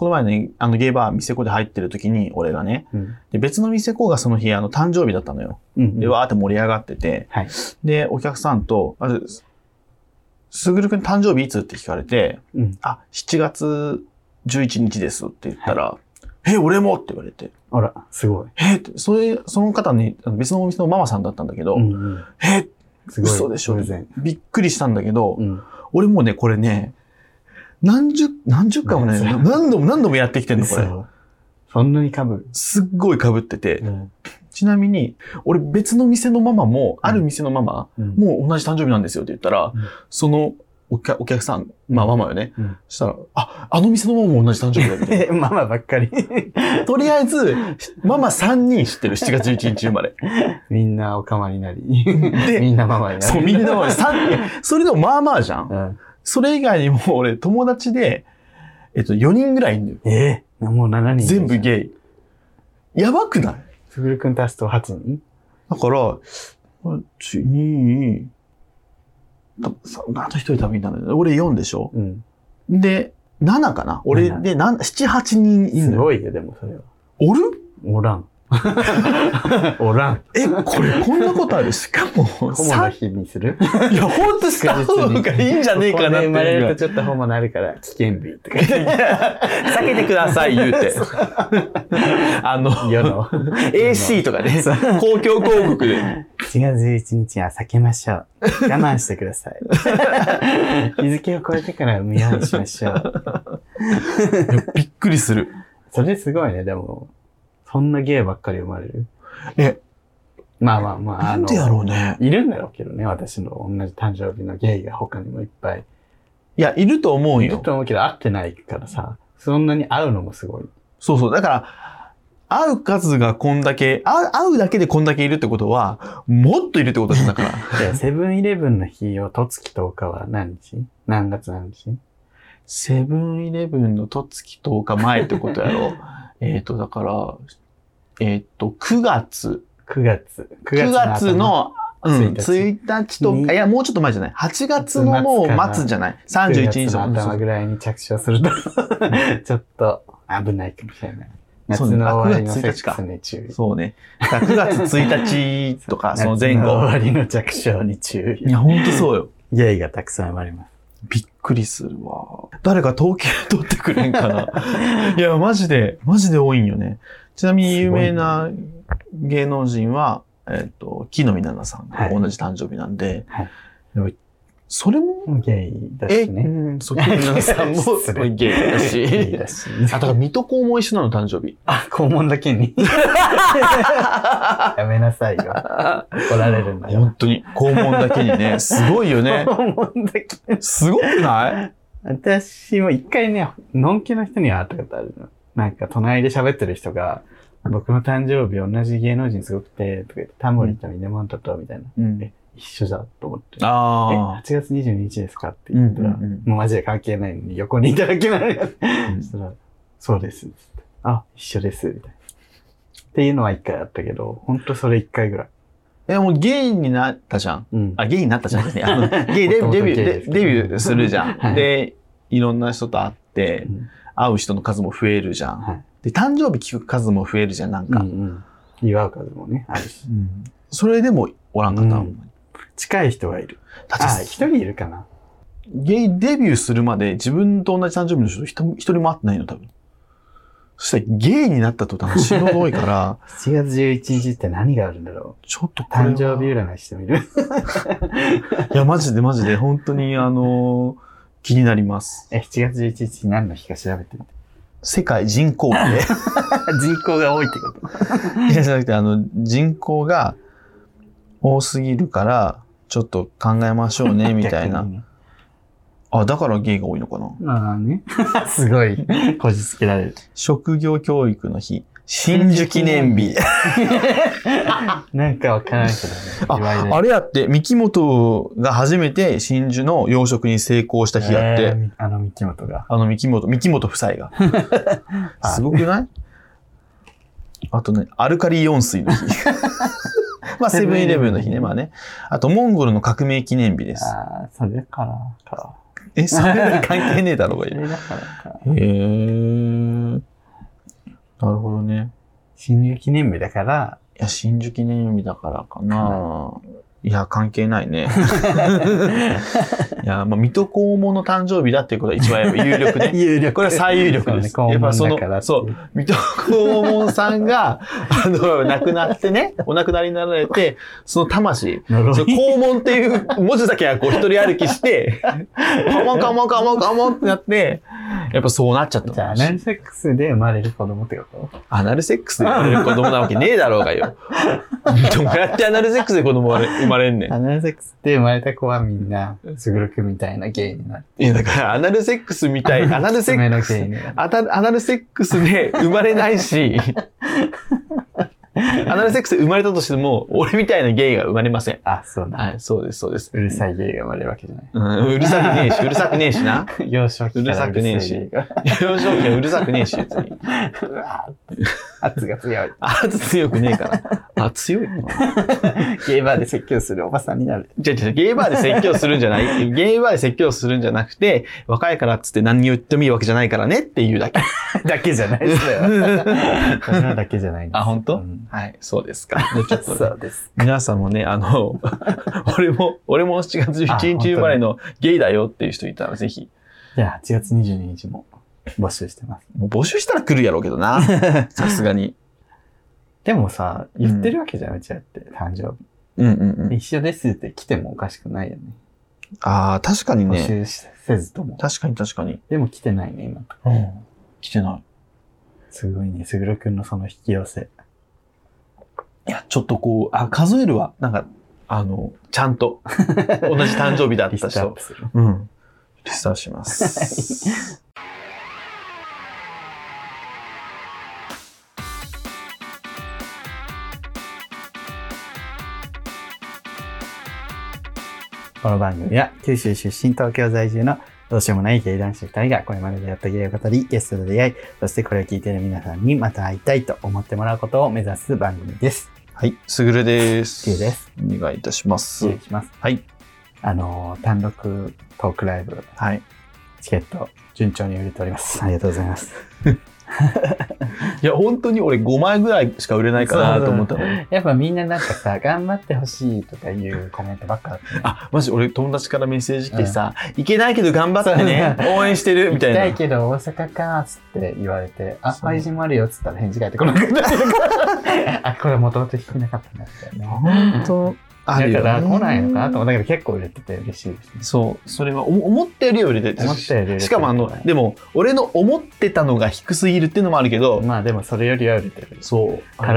この前ね、ゲイバー店子で入ってる時に、俺がね、で別の店子がその日、誕生日だったのよ。で、わーって盛り上がってて、で、お客さんと、すぐるくん誕生日いつって聞かれて、7月11日ですって言ったら、俺もって言われて。 あら、すごい。 って、その方に、別のお店のママさんだったんだけど、 すごい。 嘘でしょ。びっくりしたんだけど、俺もね、これね、何十回もね、何度もやってきてんの、これ。 そんなに被る？ すっごい被ってて、ちなみに、俺別の店のママも、ある店のママ、もう同じ誕生日なんですよって言ったら、そのお客さん、まあママよね。そしたら、あの店のママも同じ誕生日だみたいな。 ママばっかり。 とりあえず、ママ3人知ってる、7月11日生まれ。 みんなおかまになり。で、みんなママになり。 そう、みんなママに。それでもまあまあじゃん。それ以外にも俺友達で、4人ぐらいいるんだよ。 もう7人。 全部ゲイ。やばくない？ すぐるくん足すと8人？ だから、1、2、あと1人多分いたんだけど、俺4でしょ？で、7かな？俺で7、8人いるのよ。 すごいよ、でもそれは。 おる？ おらん。おらん。 これこんなことある？しかも、 ホモの日にする？ いや、ほんとした方がいいんじゃねえかなって。 生まれるとちょっとホモになるから、危険日とか。 避けてください、言うて。 世の AC とかね、公共広告で。 4月11日は避けましょう。我慢してください。日付を超えてから産むようにしましょう。 びっくりする。 それすごいね、でも。そんなゲイばっかり生まれる？まあ。 なんでやろうね。 いるんだろうけどね、私の同じ誕生日のゲイが他にもいっぱい。 いや、いると思うよ。 いると思うけど、会ってないからさ、そんなに会うのもすごい。 そう。だから、会う数がこんだけ、会うだけでこんだけいるってことは、もっといるってことだから。 セブンイレブンの日を、とつき10日は何日？何月何日？ セブンイレブンのとつき10日前ってことやろ。だから、9月の、1日とか、いや、もうちょっと前じゃない。8月のもう末じゃない。31日の頭ぐらいに着手すると、ちょっと危ないかもしれない。夏の終わりのセックスに注意。 そうね。9月1日とか、その前後。 夏の終わりの着手に注意。 いや、ほんとそうよ。 ゲイがたくさん生まれます。 びっくりするわ。誰か統計取ってくれんかな。いや、マジで多いんよね。ちなみに有名な芸能人は、木の実奈々さんが同じ誕生日なんで、それもゲイだしね。 そう、木の実奈々さんもゲイだし。だから水戸黄門一緒なの誕生日。 黄門だけに。やめなさいよ。怒られるんだよ。 本当に。黄門だけにね。すごいよね。 黄門だけ。 すごくない？ 私も一回ね、のんけの人には会ったことあるの。なんか隣で喋ってる人が、僕の誕生日同じ芸能人すごくて、とか言って、タモリとミネモンタと、みたいな。一緒だと思って。8月22日ですかって言ったら、もうマジで関係ないのに横にいただけない。そしたら、そうです。一緒です。みたいな。っていうのは一回あったけど、ほんとそれ一回ぐらい。 もうゲイになったじゃん。ゲイになったじゃん。ゲイデビューするじゃん。で、いろんな人と会って、会う人の数も増えるじゃん。で、誕生日聞く数も増えるじゃん、なんか。 祝う数もね、あるし。 それでもおらんかった。 近い人がいる。一人いるかな。 ゲイデビューするまで自分と同じ誕生日の人一人も会ってないの、多分。そしたらゲイになった途端死ぬほど多いから。 7月11日って何があるんだろう。 ちょっとこれ誕生日占いしてみるいや、マジで、本当に気になります。 7月11日何の日か調べてみて。 世界人口で。 人口が多いってこといや、じゃなくて、人口が多すぎるから、ちょっと考えましょうね、みたいな。だからゲイが多いのかな。 ね。すごい、こじつけられる。 職業教育の日。真珠記念日。 なんかわからないけどね。 あれやって、三木本が初めて真珠の養殖に成功した日やって。 三木本が。 三木本夫妻が。すごくない？あとね、アルカリイオン水の日。セブンイレブンの日ね、あと、モンゴルの革命記念日です。 それからか。 それ関係ねえだろうがいい。 それだからか。 へー。 真珠記念日だから。 いや、真珠記念日だからかな。いや、関係ないね。いや、まあ、水戸黄門の誕生日だっていうことは一番有力ね。 有力。 これは最有力です。 やっぱその、 そう、水戸黄門さんが、亡くなってね、お亡くなりになられて、その魂、黄門っていう文字だけはこう一人歩きして、カモンカモンカモンカモンってなって、やっぱそうなっちゃった。 じゃあ、アナルセックスで生まれる子供ってこと？ アナルセックスで生まれる子供なわけねえだろうがよ。どうやってアナルセックスで子供生まれんねん。 アナルセックスで生まれた子はみんな、すぐるくんみたいなゲイになる。 いや、だからアナルセックスみたい、アナルセックス、アナルセックスで生まれないし、アナルセックスで生まれたとしても、俺みたいなゲイが生まれません。 あ、そうだ。 はい、そうです、そうです。 うるさいゲイが生まれるわけじゃない。 うるさくねえし、うるさくねえしな。 幼少期からうるさくねえし。 幼少期はうるさくねえし、別に。 圧が強い。 圧強くねえから。強いのゲイバーで説教するおばさんになる。 ゲイバーで説教するんじゃない。ゲイバーで説教するんじゃなくて、若いからっつって何言ってもいいわけじゃないからねっていうだけ。 だけじゃないですよ。それはだけじゃないんです。 あ、本当？はい、そうですか。ちょっと、 そうです。 皆さんもね、俺も7月11日生まれのゲイだよっていう人いたらぜひ。 じゃあ、8月22日も募集してます。 もう募集したら来るやろうけどな。さすがに。 でもさ、言ってるわけじゃん、うちらって、誕生日。 うんうんうん。 一緒ですって来てもおかしくないよね。 ああ、確かにね。 募集せずとも。 確かに確かに。 でも来てないね、今。 うん。来てない。 すごいね、すぐるくんのその引き寄せ。 いや、ちょっとこう、数えるわ。なんか、ちゃんと、同じ誕生日だった人。 リストアップする。 うん。リストアップします。 この番組は九州出身東京在住のどうしようもないゲイ男子2人がこれまで出会ったゲイを語り、ゲストと出会い、そしてこれを聞いている皆さんにまた会いたいと思ってもらうことを目指す番組です。 はい、すぐるです。 ゆうです。 お願いいたします。 お願いします。 はい。 単独トークライブ。 はい。 チケット順調に売れております。ありがとうございます。 いや、本当に俺5枚ぐらいしか売れないかなと思ったの。 やっぱみんななんかさ、頑張ってほしいとかいうコメントばっかだった、ね。 あ、マジ俺友達からメッセージ来てさ、いけないけど頑張ってね、応援してるみたいな。 行きたいけど大阪かーっつって言われて、あ、配信もあるよっつったら返事返ってこなかった。あ、これもともと聞けなかったんだってね。 本当あるよね。 だから来ないのかなと思ったけど結構売れてて嬉しいですね。 そう。それは思ったより売れてて。 思ったより売れてて。 しかもでも、俺の思ってたのが低すぎるっていうのもあるけど。 まあでもそれよりは売れてる。 そう。 から、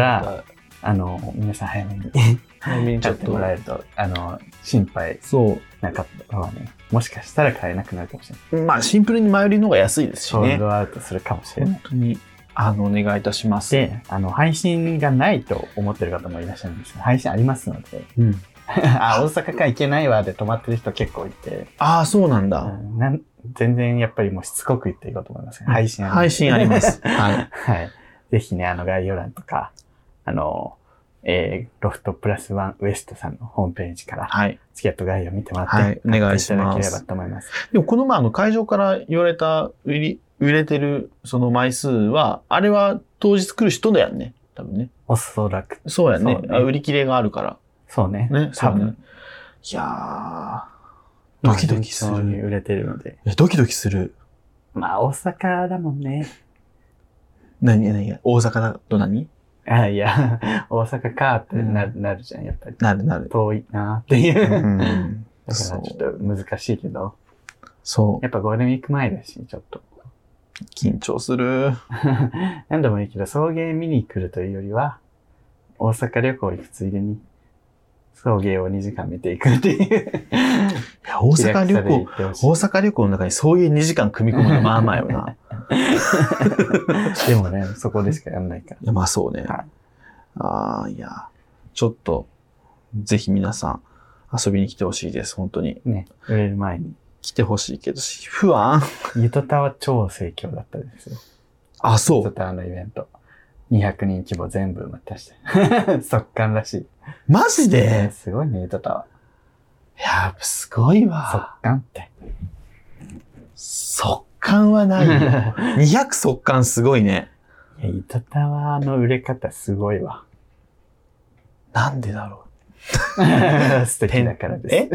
皆さん早めに。早めにちょっともらえると、心配なかったはね、もしかしたら買えなくなるかもしれない。 まあシンプルに前売りの方が安いですしね。 ソールドアウトするかもしれない。 本当に。お願いいたします。 で、配信がないと思ってる方もいらっしゃるんですけど、配信ありますので。 うん。 大阪か行けないわで止まってる人結構いて。 ああ、そうなんだ。 全然やっぱりもうしつこく言っていこうと思います。配信あります。はい。 はい。ぜひね、概要欄とか、ロフトプラスワンウエストさんのホームページから、 はい。 チケット概要を見てもらって、 はい、お願いします。いただければと思います。 でもこの前会場から言われた売れてるその枚数は、あれは当日来る人だよね。多分ね。 おそらく。 そうやね。売り切れがあるから。 そうね。 ね、 多分。 いやー、ドキドキする。 に売れてるので。 ドキドキする。 まあ、大阪だもんね。 何大阪だと何？ いや、大阪かってなるじゃん、やっぱり。 なる。 遠いなっていう。だからちょっと難しいけど。 そう。 やっぱゴールデンウィーク前だし、ちょっと。 緊張する。 何でもいいけど、送迎見に来るというよりは、大阪旅行行くついでに、送迎を2時間見ていくっていう。いや、大阪旅行の中に送迎2時間組み込むのまあまあよな。 でもね、そこでしかやんないから。 いや、まあそうね。はい、いや、ちょっと、ぜひ皆さん遊びに来てほしいです、本当に。 ね、売れる前に。 来てほしいけど、不安。 ゆとたは超盛況だったですよ。 あ、そう。 ゆとたのイベント。200人規模全部埋まってました。速乾らしい。 マジで？ すごいね、ゆとたは。 やっぱすごいわ。 速乾って。 速乾はないよ。200速乾すごいね。 いや、糸タワーの売れ方すごいわ。 なんでだろう。素敵だからです。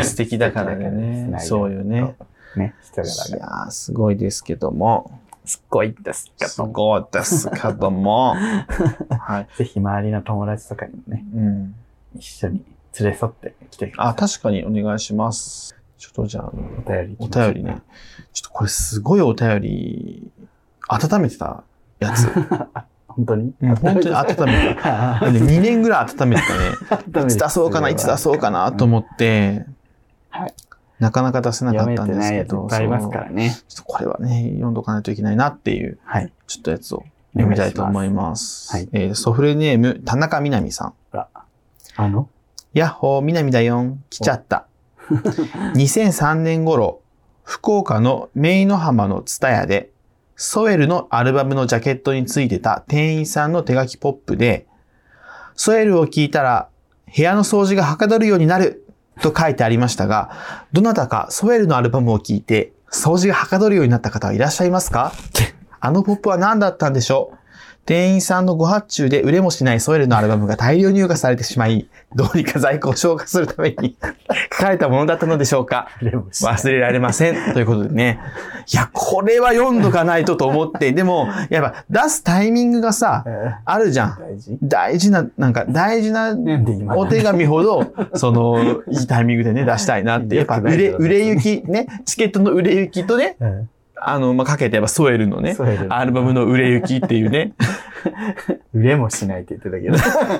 素敵だからね。そうよね。 ね、人柄が。いやー、すごいですけども。 すごいですけども。 すごいですけども。 はい。ぜひ周りの友達とかにもね、一緒に連れ添って来てください。 あ、確かにお願いします。ちょっとじゃあ、 お便りね。ちょっとこれすごいお便り、温めてたやつ。 本当に本当に温めた。2年ぐらい温めてたね。いつ出そうかな、いつ出そうかなと思って、 はい。 なかなか出せなかったんですけど。 いっぱいありますからね。 ちょっとこれはね、読んどかないといけないなっていう、はい。ちょっとやつを読みたいと思います。はい。ソフレネーム、田中みなみさん。ヤッホー、みなみだよん。来ちゃった。2003年頃、福岡のメイノ浜のツタヤで、ソエルのアルバムのジャケットについてた店員さんの手書きポップで、ソエルを聞いたら部屋の掃除がはかどるようになると書いてありましたが、どなたかソエルのアルバムを聞いて掃除がはかどるようになった方はいらっしゃいますか？あのポップは何だったんでしょう？店員さんのご発注で売れもしないソエルのアルバムが大量入荷されてしまい、どうにか在庫を消化するために書かれたものだったのでしょうか？忘れられません。ということでね。いや、これは読んどかないとと思って、でも、やっぱ出すタイミングがさ、あるじゃん。大事なお手紙ほど、いいタイミングでね、出したいなって。やっぱ売れ行き、ね、チケットの売れ行きとね、かけてやっぱソエルのね、アルバムの売れ行きっていうね。 売れもしないって言ってたけど。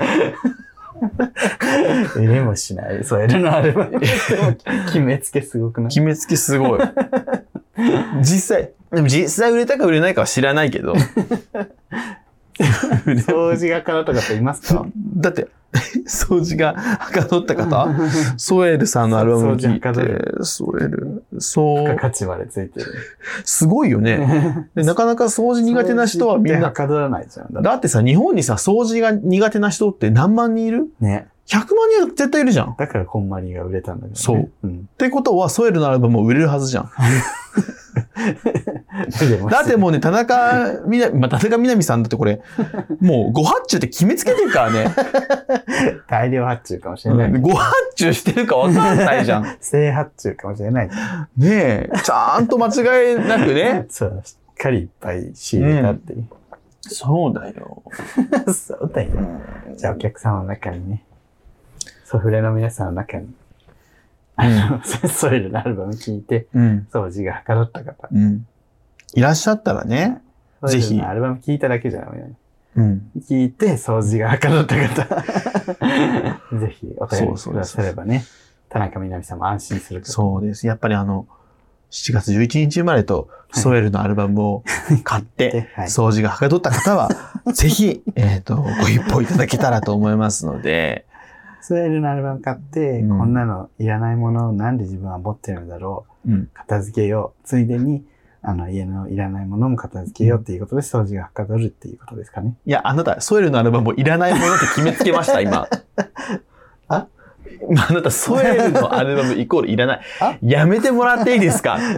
売れもしない。ソエルのアルバム。決めつけすごくない？ 決めつけすごい。実際売れたか売れないかは知らないけど。 掃除がかなった方いますか？ だって、掃除がはかどった方ソエルさんのアルバムを聞いて、ソエル、 付加価値までついてる。 すごいよね。なかなか掃除苦手な人はみんな。 はかどらないじゃん。 だってさ、日本にさ、掃除が苦手な人って何万人いる？ ね。 100万人は絶対いるじゃん。 だからコンマリが売れたんだけどね。 そう。ってことは、ソエルのアルバムも売れるはずじゃん。だってもうね、田中みなみさんだってこれ、もうご発注って決めつけてるからね。 大量発注かもしれない。 ご発注してるかわかんないじゃん。 正発注かもしれない。 ねえ、ちゃんと間違いなくね。 そう、しっかりいっぱい仕入れたっていう。 そうだよ。 そうだよ。じゃあお客様の中にね、ソフレの皆さんの中に、ソイルのアルバム聞いて、掃除がはかどった方。 いらっしゃったらね、ぜひ。 アルバム聞いただけじゃダメだね。聞いて、掃除がはかどった方。ぜひ、お便りくださればね、田中みなみさんも安心する。 そうです。やっぱり7月11日生まれと、ソエルのアルバムを買って、掃除がはかどった方は、ぜひ、ご一報いただけたらと思いますので、 ソエルのアルバム買って、こんなのいらないものをなんで自分は持ってるんだろう。片付けよう。ついでに、家のいらないものも片付けようっていうことで掃除がはかどるっていうことですかね。 いや、あなた、ソエルのアルバムもいらないものって決めつけました、今。あなた、ソエルのアルバムイコールいらない。やめてもらっていいですか？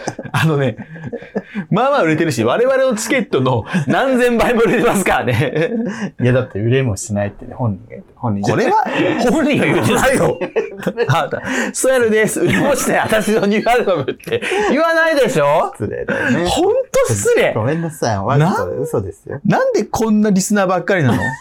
まあまあ売れてるし、我々のチケットの何千倍も売れてますからね。 いや、だって売れもしないってね、本人が言って。 これは、本人が言ってないよ。あなた、ソエルです。売れもしない私のニューアルバムって言わないでしょ？ 失礼だよね。 ほんと失礼。 ごめんなさい。嘘ですよ。 なんでこんなリスナーばっかりなの？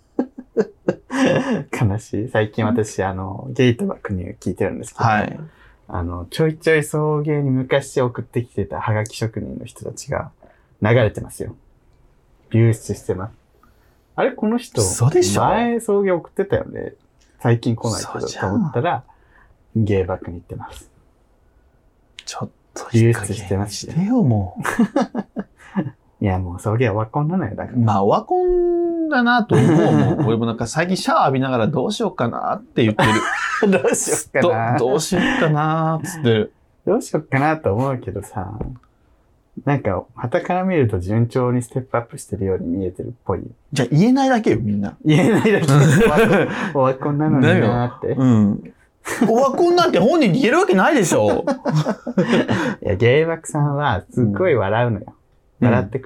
悲しい。最近私、ゲイトバックに聞いてるんですけど、はい。ちょいちょい送迎に昔送ってきてたハガキ職人の人たちが流れてますよ。流出してます。あれこの人、 そうでしょ？ 前送迎送ってたよね。最近来ないけどと思ったら、ゲイバックに行ってます。 ちょっと流出してます。 してよ、もう。 いや、もう送迎オワコンなのよ、だから。 まあ、オワコンだなと思うもん。俺もなんか最近シャワー浴びながらどうしようかなって言ってる。 どうしようかな。 どうしようかなつってる。 どうしようかなと思うけどさ、なんか、旗から見ると順調にステップアップしてるように見えてるっぽい。 じゃあ言えないだけよ、みんな。 言えないだけ。オワコンなのになーって。 オワコンなんて本人に言えるわけないでしょ。 いや、ゲイバックさんはすっごい笑うのよ。笑ってくれる。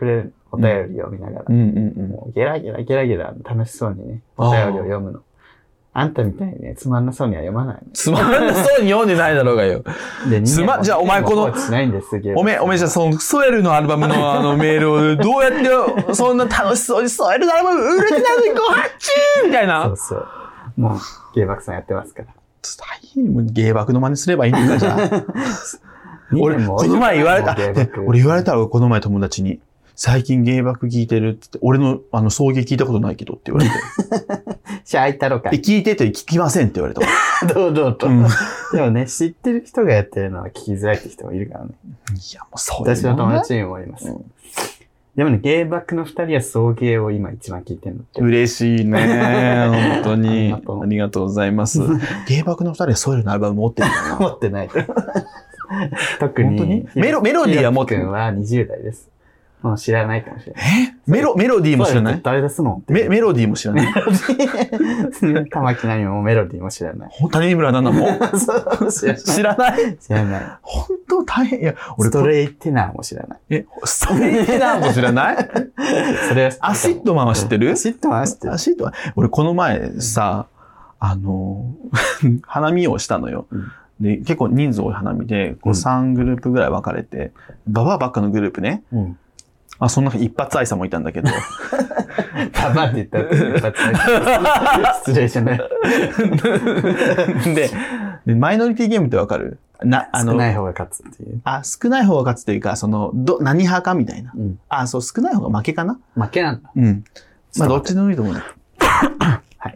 お便りを見ながら。もうゲラゲラ楽しそうにね、お便りを読むの。あんたみたいにね、つまんなそうには読まないの。 つまんなそうに読んでないだろうがよ。じゃあお前この、おめじゃあそのソエルのアルバムのメールをどうやってそんな楽しそうにソエルのアルバム売れてないのにご発注みたいな。 そうそう。もう、芸爆さんやってますから。 大変、もう芸爆の真似すればいいのか、じゃあ。俺、この前言われた、俺言われたわ、この前友達に。最近芸爆聞いてるって言って、俺の送迎聞いたことないけどって言われて。 じゃあ、開いたろか。 聞いてて聞きませんって言われた。 どうと。でもね、知ってる人がやってるのは聞きづらいって人もいるからね。 いや、もうそう私の友達にもいます。でもね、芸爆の二人は送迎を今一番聞いてるのって。 嬉しいね。本当に。ありがとうございます。芸爆の二人はソイルのアルバム持ってるかな持ってない。特に。 メロディーは持ってる。 君は20代です。もう知らないかもしれない。 メロディーも知らない誰ですのメロディーも知らない。 玉木奈美もメロディーも知らない。 谷村奈々も知らない知らない。 本当大変。いや、 俺ストレイテナーも知らない。 ストレイテナーも知らないそれはアシッドマンは知ってるアシッドマンは知ってる。 アシッドマン。俺この前さ、花見をしたのよ。で、結構人数多い花見で、3グループぐらい分かれて、ババアばっかのグループね。その中一発愛さんもいたんだけど。 ババアって言ったら一発愛さん。失礼じゃない。 で、マイノリティゲームってわかる？ 少ない方が勝つっていう。 少ない方が勝つっていうか、何派かみたいな。そう、少ない方が負けかな？ 負けなんだ。 まあ、どっちでもいいと思うね。 はい。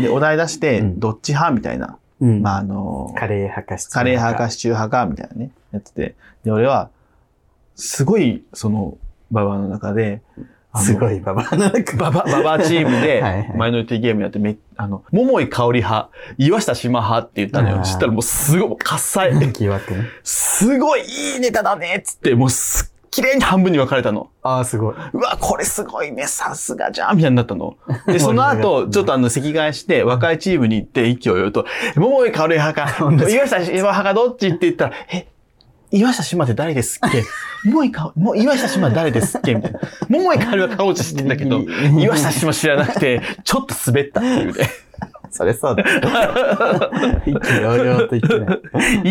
で、お題出して、どっち派みたいな。まあ、 カレー派かシチュー派か。カレー派かシチュー派か、みたいなね、やってて。で、俺は、すごい、ババアの中で、 すごいババアの中ババアチームで、マイノリティゲームやって、桃井香織派、岩下島派って言ったのよ。知ったらもうすごい、喝采。 疑惑ね。 すごいいいネタだねつって、もう綺麗に半分に分かれたの。 すごい。 うわ、これすごいね、さすがじゃんみたいになったの。で、その後、ちょっと席替えして、若いチームに行って息を言うと、桃井香織派か、岩下島派かどっちって言ったら、岩下島って誰ですっけ岩下島誰ですっけみたいな。桃井香織は顔落ちしてんだけど、岩下島知らなくて、ちょっと滑ったっていうね。 それそうだ。意気揚々と言ってない。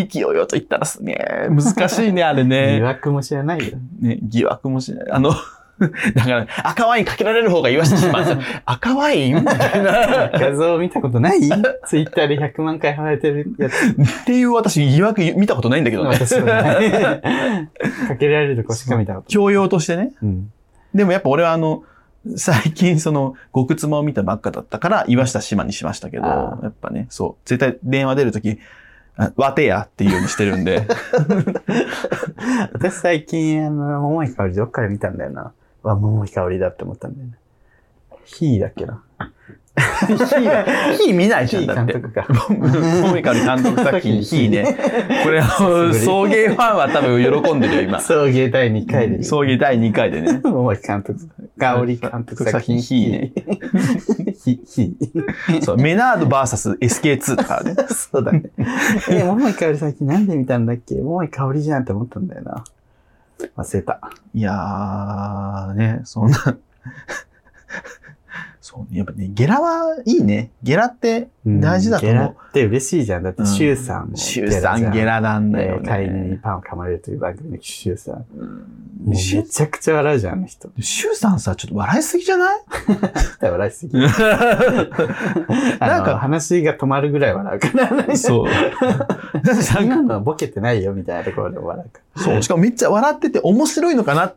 意気揚々と言ったらすね、難しいね、あれね。 疑惑も知らないよ。 ね、疑惑も知らない。だから、赤ワインかけられる方が岩下島。赤ワインみたいな。 画像見たことないツイッターで100万回貼られてるやつ。 っていう私、疑惑見たことないんだけどね。 私もね。かけられるとこしか見たことない。 教養としてね。でもやっぱ俺は最近極妻を見たばっかだったから、岩下島にしましたけど、やっぱね、そう、絶対電話出るとき、わてやっていうようにしてるんで。 私最近、桃井かおりどっかで見たんだよな。桃井かおりだって思ったんだよね。ヒーだっけな。 ヒー見ないじゃん。 監督か。 桃井かおり監督作品、ヒーね。これ、送迎ファンは多分喜んでるよ、今。 送迎第2回で。 送迎第2回でね。 桃井監督。かおり監督作品、 ヒーね。ヒー。そう、メナード VS SK2 だからね。 そうだね。桃井かおり最近なんで見たんだっけ？桃井かおりじゃんって思ったんだよな。忘れた。 いやー、ね、そんな。そうね。やっぱね、ゲラはいいね。ゲラって大事だと思う。 ゲラって嬉しいじゃん。だって、シュウさんも。 シュウさんゲラなんだよね。 飼い犬にパンを噛まれるという番組のシュウさん。めちゃくちゃ笑うじゃん、あの人。 シュウさんさ、ちょっと笑いすぎじゃない？ 笑いすぎ。なんか話が止まるぐらい笑うから。 そう。 そんなのボケてないよ、みたいなところで笑うから。 そう。しかもめっちゃ笑ってて面白いのかなって、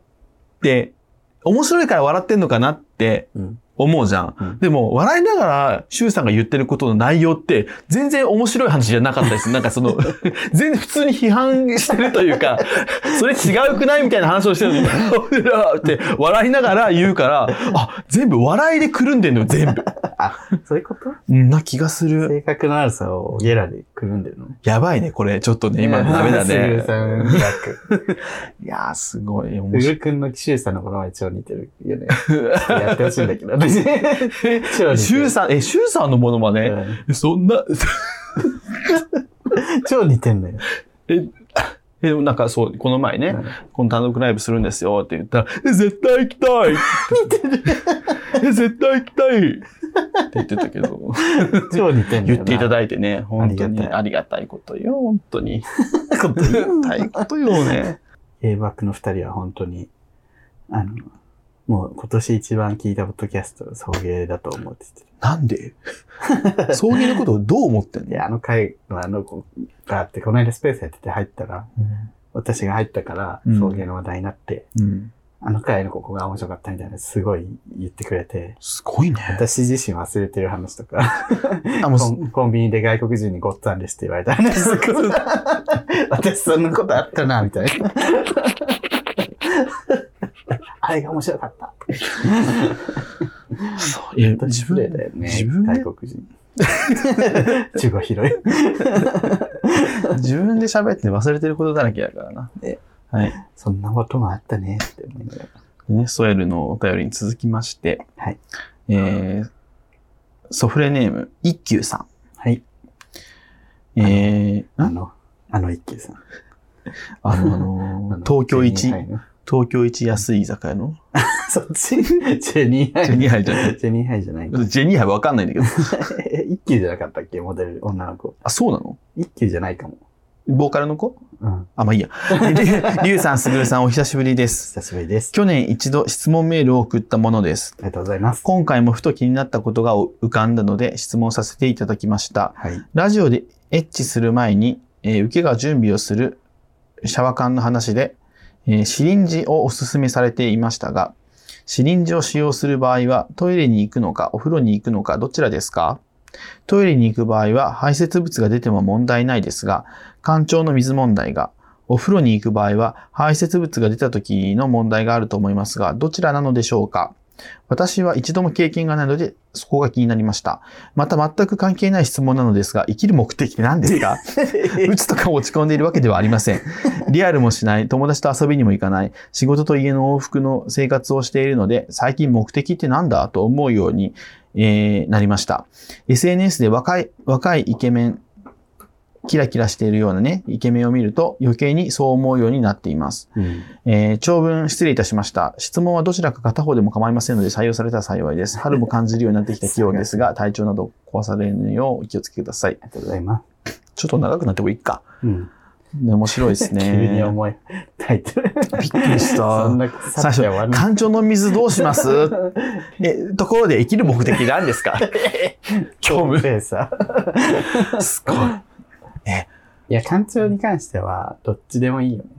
面白いから笑ってんのかなって思うじゃん。でも、笑いながら、シュウさんが言ってることの内容って、全然面白い話じゃなかったです。なんか全然普通に批判してるというか、それ違うくないみたいな話をしてるのに、って笑いながら言うから、全部笑いでくるんでんのよ、全部。 そういうこと？ な気がする。 性格の悪さをゲラでくるんでるの？ やばいね、これ。ちょっとね、今ダメだね。 シュウさんいやー、すごい。 うぐくんのシュウさんのこの前超似てるよね。やってほしいんだけど。シュウさん、シュウさんのモノマネ？そんな、 超似てんのよ。 でもなんかそう、この前ね、この単独ライブするんですよって言ったら、絶対行きたい絶対行きたいって言ってたけど。 超似てんだよな。 言っていただいてね、本当にありがたいことよ、本当に。ありがたいことよね。 A バックの二人は本当に、もう今年一番聞いたポッドキャスト、送迎だと思ってて。 なんで送迎のことをどう思ってんの？ いや、回の子があって、この間スペースやってて入ったら、私が入ったから送迎の話題になって、回のここが面白かったみたいなすごい言ってくれて。 すごいね。 私自身忘れてる話とか。コンビニで外国人にごっつぁんですって言われた話とか。私そんなことあったな、みたいな。あれが面白かった。 そう。いや、自分だよね。外国人。中国広い。 自分で喋って忘れてることだらけやからな。はい。 そんなこともあったねって思いながら。ね、ソエルのお便りに続きまして、はい。ソフレネーム、一休さん。 はい。一休さん。 東京一安い居酒屋のそっちジェニーハイ。 ジェニーハイじゃない。 ジェニーハイじゃない。 ジェニーハイわかんないんだけど。 一休じゃなかったっけモデル、女の子。 あ、そうなの？ 一休じゃないかも。 ボーカルの子？ うん。 あ、まあいいや。リュウさん、スグルさん、お久しぶりです。 久しぶりです。 去年一度質問メールを送ったものです。 ありがとうございます。 今回もふと気になったことが浮かんだので質問させていただきました。 はい。 ラジオでエッチする前に、受けが準備をするシャワカンの話で、シリンジをお勧めされていましたが、シリンジを使用する場合はトイレに行くのかお風呂に行くのかどちらですか？トイレに行く場合は排泄物が出ても問題ないですが、干潮の水問題が、お風呂に行く場合は排泄物が出た時の問題があると思いますが、どちらなのでしょうか？私は一度も経験がないので、そこが気になりました。また全く関係ない質問なのですが、生きる目的って何ですか？うつとか落ち込んでいるわけではありません。リアルもしない、友達と遊びにも行かない、仕事と家の往復の生活をしているので、最近目的って何だと思うように、なりました。SNS で若いイケメン、キラキラしているようなね、イケメンを見ると余計にそう思うようになっています。長文失礼いたしました。質問はどちらか片方でも構いませんので採用されたら幸いです。春も感じるようになってきた気温ですが、体調など壊されぬようお気をつけください。 ありがとうございます。 ちょっと長くなってもいいか。面白いですね。 急に重いタイトル。 びっくりした。最初、干潮の水どうしますところで生きる目的何ですか？ 興味さ。 すごい。 いや、干潮に関しては、どっちでもいいよね。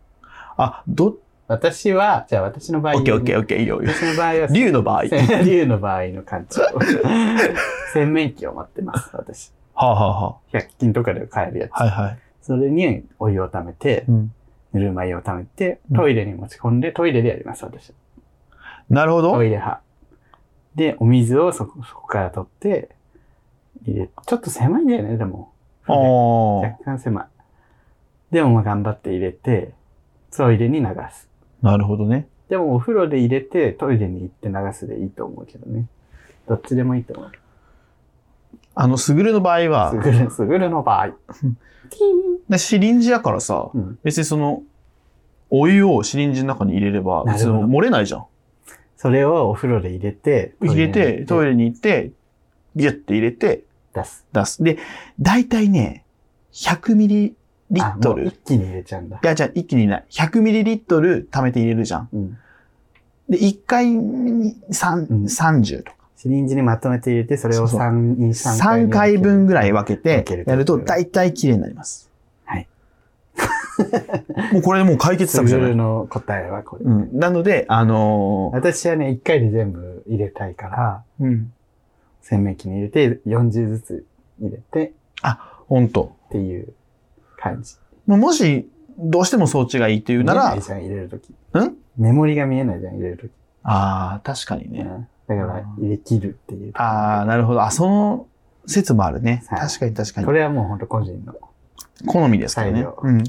私は、じゃあ私の場合。 オッケー、いいよ。 私の場合は、 竜の場合。 竜の場合の干潮。洗面器を持ってます、私。100均とかで買えるやつ。それにお湯を溜めて、ぬるま湯を溜めて、トイレに持ち込んで、トイレでやります、私。 なるほど。 トイレ派。で、お水をそこから取って、ちょっと狭いんだよね、でも。若干狭い。でも頑張って入れて、トイレに流す。 なるほどね。 でもお風呂で入れて、トイレに行って流すでいいと思うけどね。どっちでもいいと思う。 スグルの場合は。 スグルの場合。 シリンジやからさ、別にお湯をシリンジの中に入れれば、別に漏れないじゃん。 それをお風呂で入れて、 トイレに行って、ビュッて入れて、出す。で、だいたいね、100ミリリットル。 一気に入れちゃうんだ。 いや、じゃあ一気にない。100ミリリットル溜めて入れるじゃん。で、1回に30とか。 シリンジにまとめて入れて、それを 3回分ぐらい分けて、やるとだいたい綺麗になります。 はい。 もうこれでもう解決策じゃない。 スグルの答えはこれ。 なので、 私はね、1回で全部入れたいから、洗面器に入れて、40ずつ入れて。 ほんと。 っていう感じ。 もし、どうしてもそっちがいいっていうなら。 見えないじゃん、入れるとき。メモリが見えないじゃん、入れるとき。 確かにね。 だから、入れ切るっていう。 なるほど。その説もあるね。確かに。 これはもうほんと個人の。 好みですからね。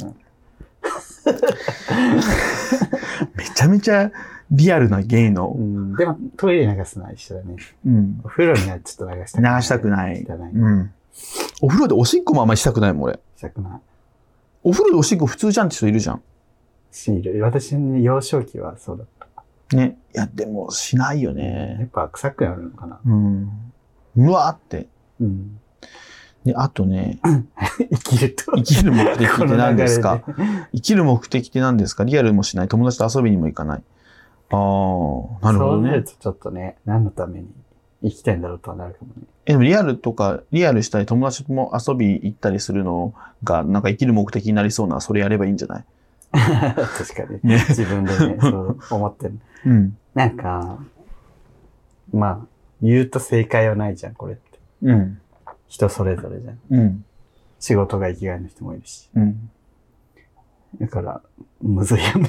めちゃめちゃリアルなゲイの。 でも、トイレ流すのは一緒だね。お風呂にはちょっと流したくない。 お風呂でおしっこもあんまりしたくないもん、俺。 したくない。 お風呂でおしっこ普通じゃんって人いるじゃん。 いる。私ね、幼少期はそうだった。 ね。いや、でもしないよね。 やっぱ臭くなるのかな。 うわーって。で、あとね。 生きる目的って何ですか？生きる目的って何ですか？リアルもしない。友達と遊びにも行かない。ああ、なるほどね。そうなるとちょっとね、何のために生きてんだろうとはなるかもね。 でもリアルしたり友達とも遊び行ったりするのが、なんか生きる目的になりそうな、それやればいいんじゃない？ 確かに。ね、自分でね、そう思ってる。なんか、まあ、言うと正解はないじゃん、これって。人それぞれじゃん。仕事が生きがいの人もいるし。だから、むずいよね。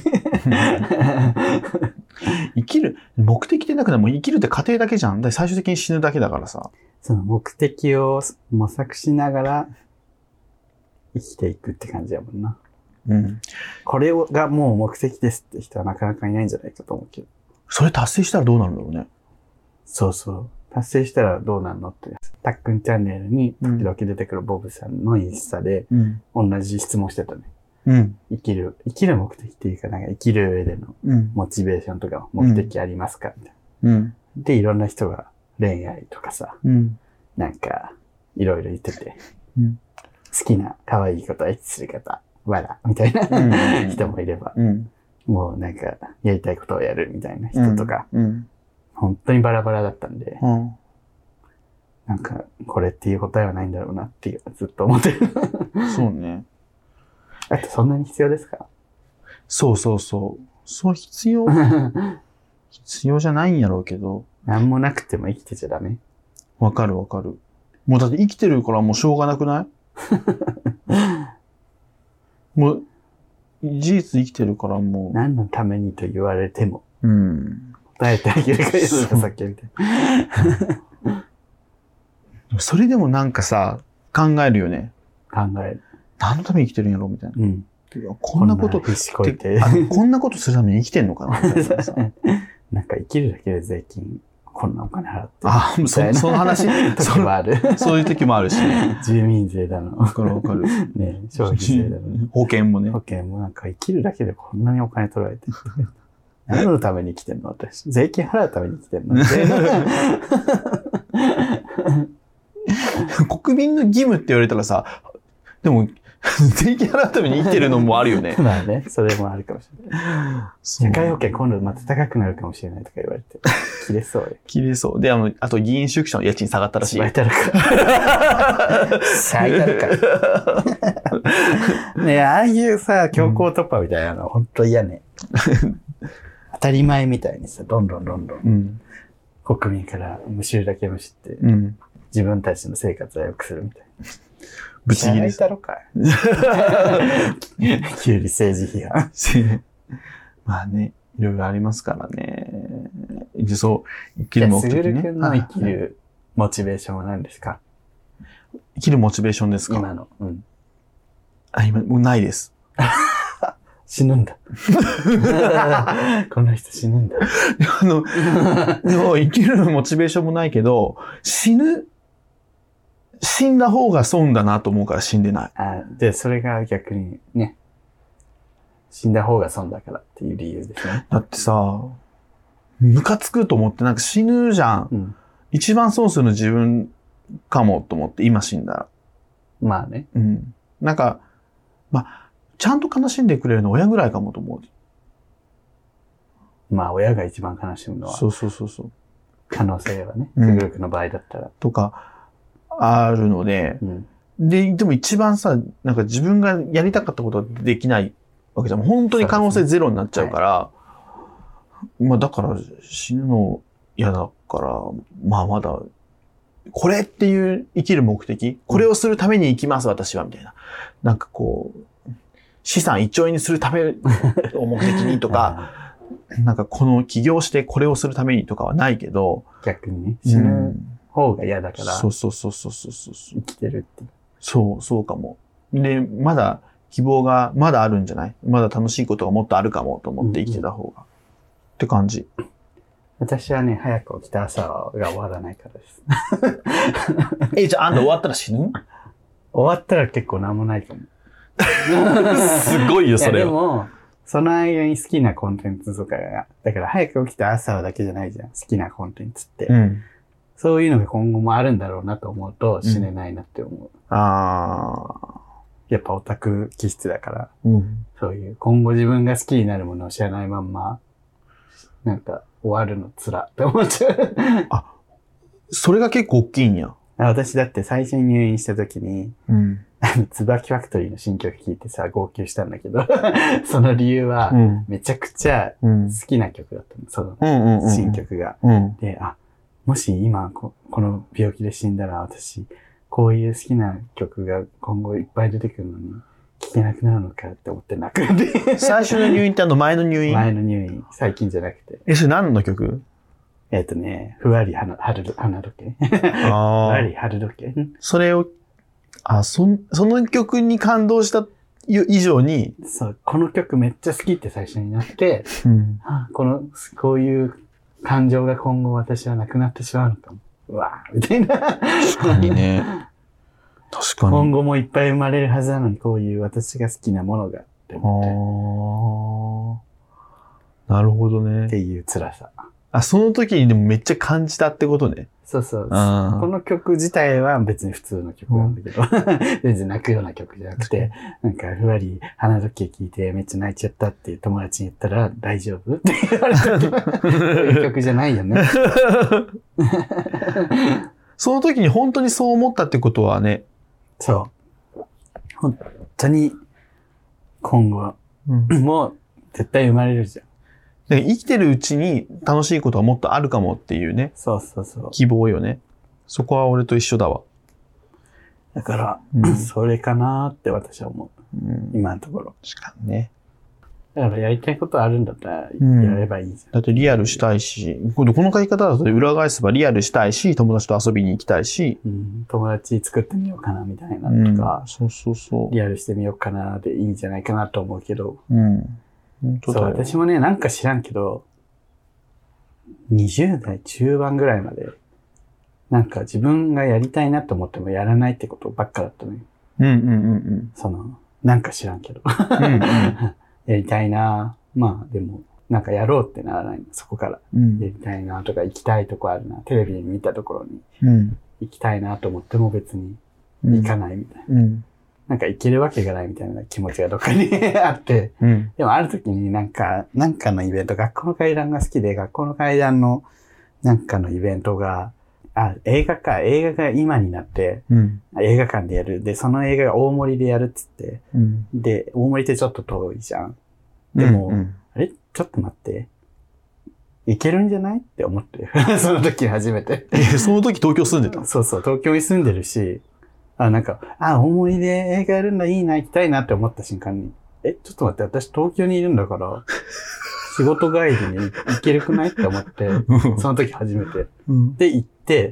生きる、目的ってなくても生きるって過程だけじゃん。最終的に死ぬだけだからさ。 その目的を模索しながら生きていくって感じやもんな。これがもう目的ですって人はなかなかいないんじゃないかと思うけど。それ達成したらどうなるんだろうね。 そうそう。達成したらどうなるのって。たっくんチャンネルに時々出てくるボブさんのインスタで同じ質問してたね。生きる目的っていうか、なんか生きる上でのモチベーションとか目的ありますかみたいな。で、いろんな人が恋愛とかさ、なんか、いろいろ言ってて、好きな可愛いこと、エッチする方、わら、みたいな人もいれば、もうなんか、やりたいことをやるみたいな人とか、本当にバラバラだったんで、なんか、これっていう答えはないんだろうなっていう、ずっと思ってる。 そうね。 だってそんなに必要ですか？ そう。そう必要じゃないんやろうけど。 なんもなくても生きてちゃダメ？ わかる。もうだって生きてるからもうしょうがなくないもう、事実生きてるからもう。 何のためにと言われても。答えてあげるかよ、さっきみたいな。 それでもなんかさ、考えるよね。 考える。 何のために生きてるんやろみたいな。こんなことこんなことするために生きてんのかなみたいなさ。 なんか生きるだけで税金、こんなお金払って。 あ、その話時もある。 そういう時もあるしね。 住民税だの。 わかる。 ね、消費税だの。 保険もね。 保険もなんか生きるだけでこんなにお金取られてる。何のために生きてんの私。税金払うために生きてんの国民の義務って言われたらさ、でも、税金払うために生きてるのもあるよね。 まあね、それもあるかもしれない。社会保険今度また高くなるかもしれないとか言われて。切れそうよ。 切れそう。で、あと議員宿舎の家賃下がったらしい。 最たるか。最たるか。ね、ああいうさ、強行突破みたいなの、ほんと嫌ね。当たり前みたいにさ、どんどん、国民からむしるだけむしって、自分たちの生活を良くするみたいな。 ぶち切れ。 たろかい。急に政治批判。 まあね、いろいろありますからね。そう、生きる目的ね。 すぐるくんの生きるモチベーションは何ですか？ 生きるモチベーションですか？ 今の。 今、もうないです。 死ぬんだ。この人死ぬんだ。 でも生きるモチベーションもないけど、死んだ方が損だなと思うから死んでない。 で、それが逆にね、死んだ方が損だからっていう理由ですね。 だってさ、ムカつくと思ってなんか死ぬじゃん。一番損するの自分かもと思って今死んだら。 まあね。 なんか、ちゃんと悲しんでくれるの親ぐらいかもと思う。まあ親が一番悲しむのは。 そう。 可能性はね。グループの場合だったら。 とか、あるので、でも一番さ、なんか自分がやりたかったことはできないわけじゃん。本当に可能性ゼロになっちゃうから、だから死ぬの嫌だから、まだ、これっていう生きる目的、これをするために生きます私は、みたいな。なんかこう、資産1兆円にするためを目的にとか、なんかこの起業してこれをするためにとかはないけど、 逆にね、死ぬ方が嫌だから。 そう。 生きてるって。 そうかも。で、まだ希望がまだあるんじゃない？まだ楽しいことがもっとあるかもと思って生きてた方が。って感じ。 私はね、早く起きた朝が終わらないからです。 じゃああんた終わったら死ぬ？ 終わったら結構なんもないかも。 すごいよ、それは。 でも、その間に好きなコンテンツとかが、だから早く起きて朝だけじゃないじゃん。好きなコンテンツって。そういうのが今後もあるんだろうなと思うと死ねないなって思う。やっぱオタク気質だから、そういう今後自分が好きになるものを知らないまんま、なんか終わるの辛って思っちゃう。 それが結構大きいんや。 私だって最初に入院した時に、椿ファクトリーの新曲聴いてさ、号泣したんだけど、その理由は、めちゃくちゃ好きな曲だったの、その新曲が。で、もし今この病気で死んだら私、こういう好きな曲が今後いっぱい出てくるのに、聴けなくなるのかって思って泣くんで。 最初の入院って前の入院？ 前の入院。最近じゃなくて。 それ何の曲？ ふわり花時計。ふわり春時計。 それを、その曲に感動した以上に。 そう、この曲めっちゃ好きって最初になって、こういう感情が今後私はなくなってしまうのかも。うわぁ、みたいな。 確かにね。確かに。 今後もいっぱい生まれるはずなのに、こういう私が好きなものがって思って。なるほどね。 っていう辛さ。 その時にでもめっちゃ感じたってことね。 そうそう。この曲自体は別に普通の曲なんだけど、全然泣くような曲じゃなくて、なんかふわり花時計聴いてめっちゃ泣いちゃったっていう友達に言ったら大丈夫って言われた。そういう曲じゃないよね。 その時に本当にそう思ったってことはね。 そう。本当に今後も絶対生まれるじゃん。 生きてるうちに楽しいことがもっとあるかもっていうね。 そうそうそう。 希望よね。そこは俺と一緒だわ。 だから、それかなーって私は思う。今のところ。 確かにね。 だからやりたいことあるんだったらやればいいじゃん。 だってリアルしたいし、この書き方だと裏返せばリアルしたいし、友達と遊びに行きたいし。 友達作ってみようかなみたいなとか、 そうそうそう。 リアルしてみようかなでいいんじゃないかなと思うけど。 そう、 私もね、なんか知らんけど、20代中盤ぐらいまで、なんか自分がやりたいなと思ってもやらないってことばっかだったのよ。なんか知らんけど。やりたいな。まあでも、なんかやろうってならないの。そこから。やりたいなとか行きたいとこあるな。テレビに見たところに行きたいなと思っても別に行かないみたいな。なんか行けるわけがないみたいな気持ちがどっかにあって。でもある時になんかのイベント、学校の階段が好きで、学校の階段のなんかのイベントが、映画が今になって、映画館でやる。で、その映画が大森でやるっつって。で、大森ってちょっと遠いじゃん。でも、あれちょっと待って。いけるんじゃないって思って。その時初めて。 その時東京住んでた？ そうそう、東京に住んでるし、大森で映画やるんだ、いいな、行きたいなって思った瞬間に、ちょっと待って、私東京にいるんだから、仕事帰りに行けるくないって思って、その時初めて。で、行って、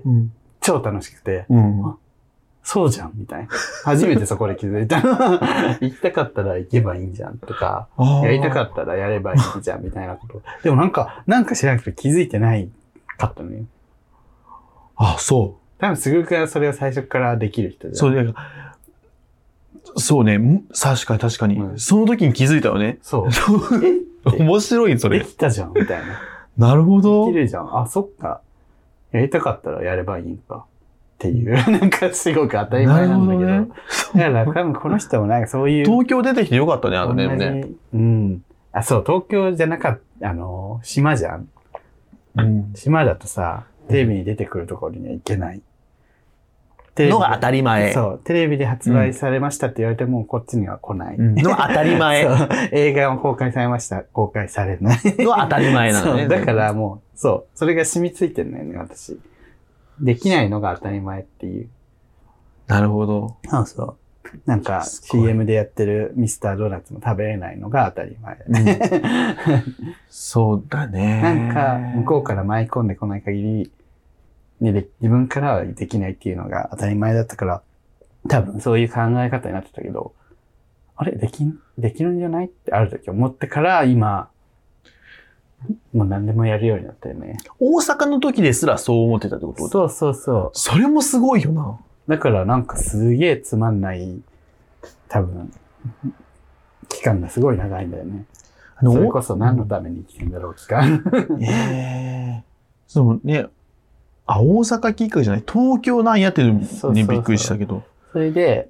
超楽しくて、そうじゃんみたいな。初めてそこで気づいた。行きたかったら行けばいいんじゃんとか、やりたかったらやればいいじゃんみたいなこと。でもなんか知らなくて気づいてないかったのよ。 そう。 多分、すぐくんはそれを最初からできる人じゃん。 そうね。確かに。その時に気づいたよね。 そう。 面白い、それ。 できたじゃんみたいな。 なるほど。 できるじゃん。そっか。やりたかったらやればいいんか。っていう。なんかすごく当たり前なんだけど。だから多分この人もなんかそういう。 東京出てきてよかったね、ね。 そう、東京じゃなかった、島じゃん。島だとさ、テレビに出てくるところには行けない。 のが当たり前。 そう。テレビで発売されましたって言われても、こっちには来ない。 の当たり前。 そう。映画を公開されました。公開されない。 の当たり前なのね。 そう。だからもう、そう。それが染みついてるんだよね、私。できないのが当たり前っていう。 なるほど。 そうそう。なんか CM でやってるミスタードーナツも食べれないのが当たり前。 そうだね。 なんか向こうから舞い込んでこない限り、ね、自分からはできないっていうのが当たり前だったから、多分そういう考え方になってたけど、あれできるんじゃないってある時思ってから今、もう何でもやるようになったよね。 大阪の時ですらそう思ってたってこと？ そうそうそう。 それもすごいよな。 だからなんかすげえつまんない、多分、 期間がすごい長いんだよね。それこそ何のために生きてんだろう、期間。 そうね。大阪きっかけじゃない。東京なんやっていうのにびっくりしたけど。 それで、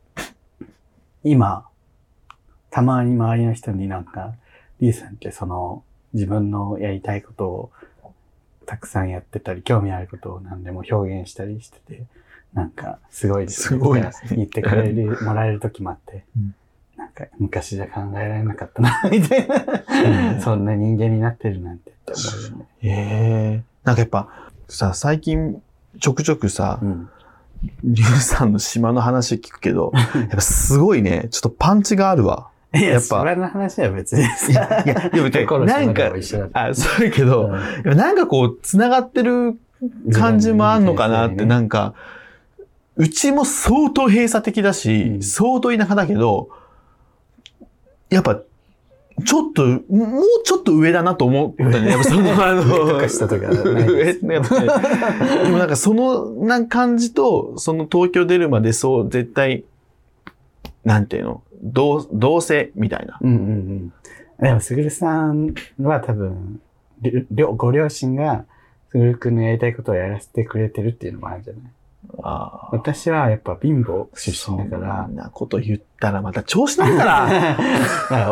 今、たまに周りの人になんか、リーさんって自分のやりたいことをたくさんやってたり、興味あることを何でも表現したりしてて、なんか、すごいですね。 すごいですね。 言ってもらえる時もあって、なんか、昔じゃ考えられなかったな、みたいな。そんな人間になってるなんてって思うよね。 なんかやっぱ、さ、最近、ちょくちょくさ、リュウさんの島の話聞くけど、やっぱすごいね、ちょっとパンチがあるわ。 やっぱ。島の話は別にさ。 いや、でもなんか、そうやけど、なんかこう、繋がってる感じもあんのかなって、なんか、うちも相当閉鎖的だし、相当田舎だけど、やっぱ、ちょっと、もうちょっと上だなと思ったね。やっぱ上とか下とかないです。 でもなんかその感じと、その東京出るまで絶対、なんていうの、同性みたいな。 でも、すぐるさんは多分、ご両親が、すぐるくんのやりたいことをやらせてくれてるっていうのもあるんじゃない？私はやっぱ貧乏出身だから。 そんなこと言ったらまた調子乗るから。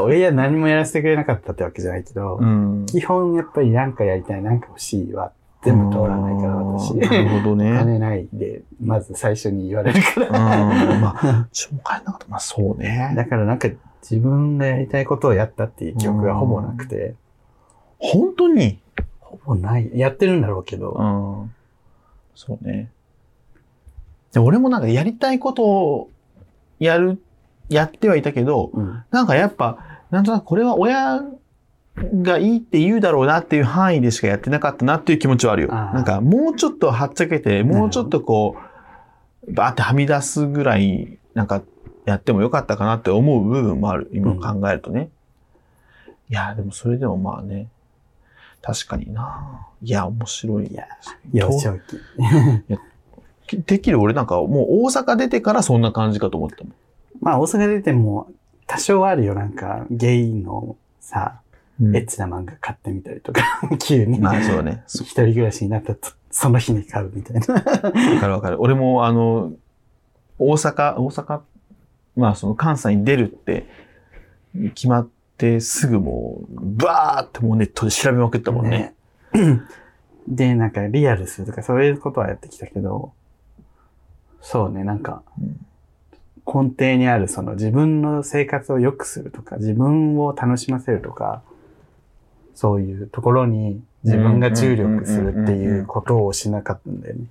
俺は何もやらせてくれなかったってわけじゃないけど、基本やっぱりなんかやりたい、なんか欲しいは全部通らないから私。 なるほどね。 お金ないで、まず最初に言われるから。 まあ、お金なかった。まあそうね。 だからなんか自分がやりたいことをやったっていう記憶がほぼなくて。 本当に？ ほぼない。やってるんだろうけど。 そうね。で俺もなんかやりたいことをやってはいたけど、なんかやっぱ、なんとなくこれは親がいいって言うだろうなっていう範囲でしかやってなかったなっていう気持ちはあるよ。なんかもうちょっとはっちゃけて、もうちょっとこう、バーってはみ出すぐらい、なんかやってもよかったかなって思う部分もある。今考えるとね。いや、でもそれでもまあね、確かにな。いや、面白い。いや、 幼少期。 てっきり俺なんかもう大阪出てからそんな感じかと思ったもん。 まあ大阪出ても多少あるよ。なんかゲイのさ、エッチな漫画買ってみたりとか、急に。 まあそうね。 一人暮らしになったと、その日に買うみたいな。 わかる。俺も大阪、まあその関西に出るって決まってすぐもう、バーってもうネットで調べまくったもんね。 で、なんかリアルするとかそういうことはやってきたけど、そうね、なんか、根底にあるその自分の生活を良くするとか、自分を楽しませるとか、そういうところに自分が注力するっていうことをしなかったんだよね。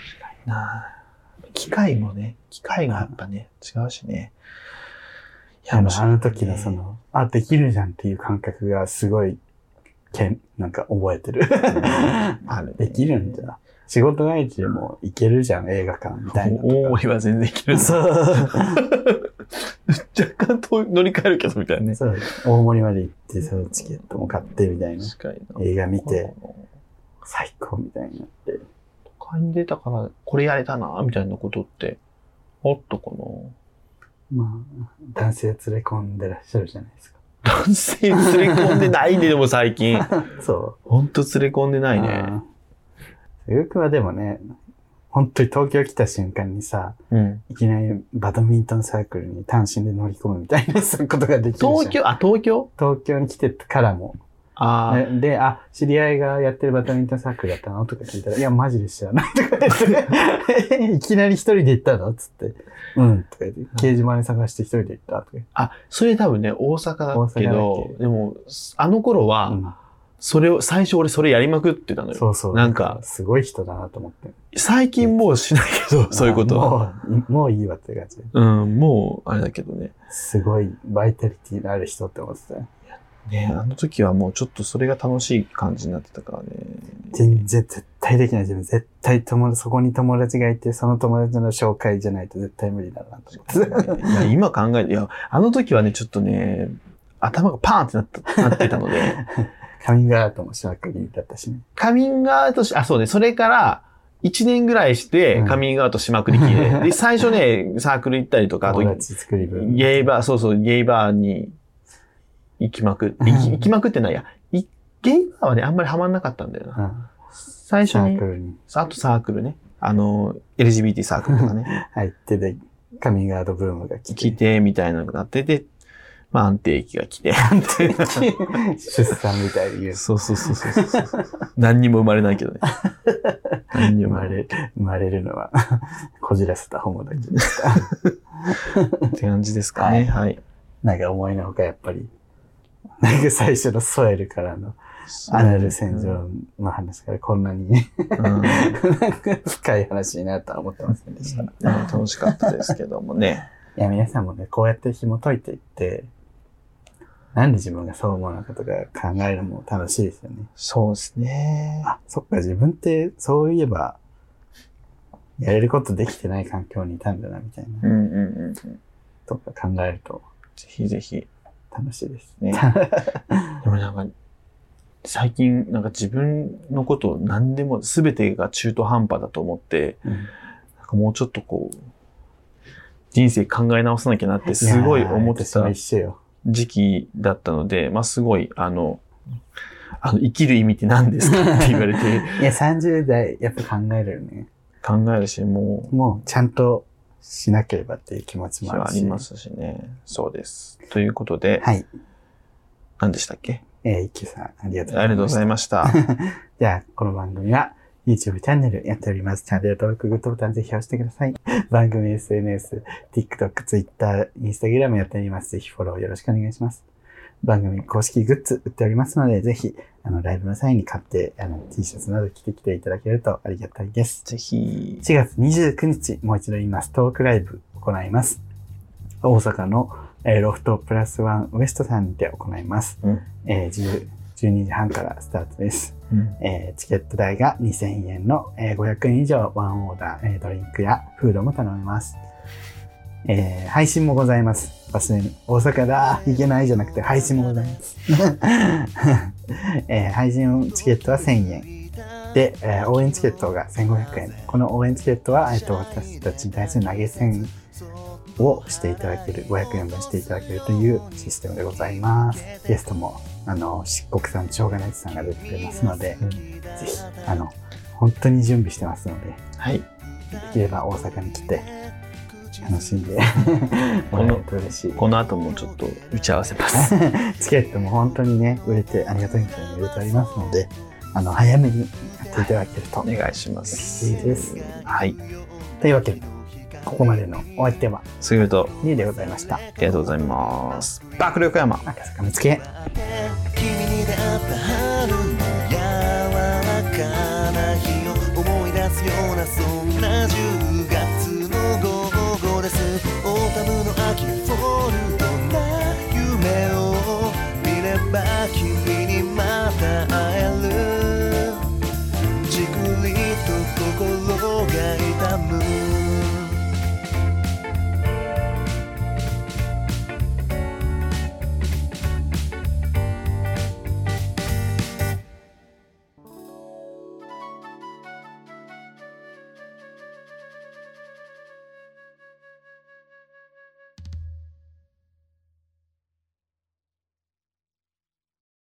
機械がやっぱね、違うしね。 いや、あの時のできるじゃんっていう感覚がすごい、なんか覚えてる。できるんじゃ。仕事帰りでも行けるじゃん、映画館みたいな。 大森は全然行ける。そう。若干乗り換えるけど、みたいなね。 そう。大森まで行って、そのチケットも買って、みたいな。映画見て、最高みたいになって。 都会に出たから、これやれたな、みたいなことって、あったかな。まあ、男性連れ込んでらっしゃるじゃないですか。 男性連れ込んでないね、でも最近。 そう。 ほんと連れ込んでないね。 ゆうくんはでもね、本当に東京来た瞬間にさ、いきなりバドミントンサークルに単身で乗り込むみたいなことができるじゃん。 東京に来てからも。で、知り合いがやってるバドミントンサークルだったのとか聞いたら、いや、マジで知らないとか言って、いきなり一人で行ったのつって、とか言って、掲示板に探して一人で行ったとか言って。 それ多分ね、大阪だけど、でも、あの頃は、最初俺それやりまくってたのよ。そう。なんか、 すごい人だなと思って。 最近もうしないけど、そういうことは。 もういいわって感じ。 もう、あれだけどね。 すごい、バイタリティのある人って思ってたよ。 ね、あの時はもうちょっとそれが楽しい感じになってたからね。 全然絶対できない自分。絶対そこに友達がいて、その友達の紹介じゃないと絶対無理だなと思って。 今考えて、あの時はね、ちょっとね、頭がパーンってなってたので。 カミングアウトもした限りだったしね。 カミングアウトそうね。それから、 1年ぐらいしてカミングアウトしまくりきで、で、最初ね、サークル行ったりとか、あと、ゲイバー、そうそう、ゲイバーに行きまくってないや。ゲイバーはね、あんまりハマんなかったんだよな。最初に、あとサークルね。LGBT サークルとかね。 入ってで、カミングアウトブームが来て、みたいなのがあってて、まあ安定期が来て。 出産みたいに言う。 そう。何にも生まれないけどね。何にも生まれるのは、こじらせたホモだけど。 って感じですかね。はい。 なんか思いのほかやっぱり、なんか最初のソエルからのアナル洗浄の話からこんなに、なんか深い話になるとは思ってませんでした。 楽しかったですけどもね。 いや、皆さんもね、こうやって紐解いていって、なんで自分がそう思うのかとか考えるのも楽しいですよね。 そうですね。 あ、そっか、自分ってそういえば、やれることできてない環境にいたんだな、みたいな。とか考えると。 ぜひぜひ。 楽しいですね。 でもなんか、最近なんか自分のこと何でも全てが中途半端だと思って、なんかもうちょっとこう、人生考え直さなきゃなってすごい思ってた時期だったので、まあすごい、生きる意味って何ですかって言われて。 いや、30代やっぱ考えるよね。 考えるし、もうちゃんとしなければっていう気持ちもあるし。 ありますしね。そうです。ということで、 はい。 何でしたっけ？ 一休さん、ありがとうございました。 ありがとうございました。 じゃあ、この番組は YouTube チャンネルやっております。チャンネル登録、グッドボタンぜひ押してください。番組 SNS、TikTok、Twitter、Instagram やっております。ぜひフォローよろしくお願いします。番組公式グッズ売っておりますので、ぜひ、ライブの際に買って、T シャツなど着てきていただけるとありがたいです。 ぜひ。 4月29日、もう一度言います。トークライブ行います。大阪のロフトプラスワンウエストさんにて行います。12時半からスタートです。チケット代が2000円の500円以上ワンオーダー、ドリンクやフードも頼めます。配信もございます。忘れに。大阪だ行けないじゃなくて配信もございます。配信チケットは1000円。で、応援チケットが1500円。この応援チケットは、私たちに対する投げ銭をしていただける、500円分していただけるというシステムでございます。ゲストも、漆黒さん、長賀内さんが出てくれますので、ぜひ、本当に準備してますので、 はい。 できれば大阪に来て、楽しんでこの後もちょっと打ち合わせます。 チケットも本当にね、売れて、ありがたいことに売れておりますので、早めにやっていただけると。 お願いします。 いいです。 はい。 というわけで、ここまでのお相手は、 すぐると 2でございました。ありがとうございます。爆力山。 赤坂見つけ。 君に出会った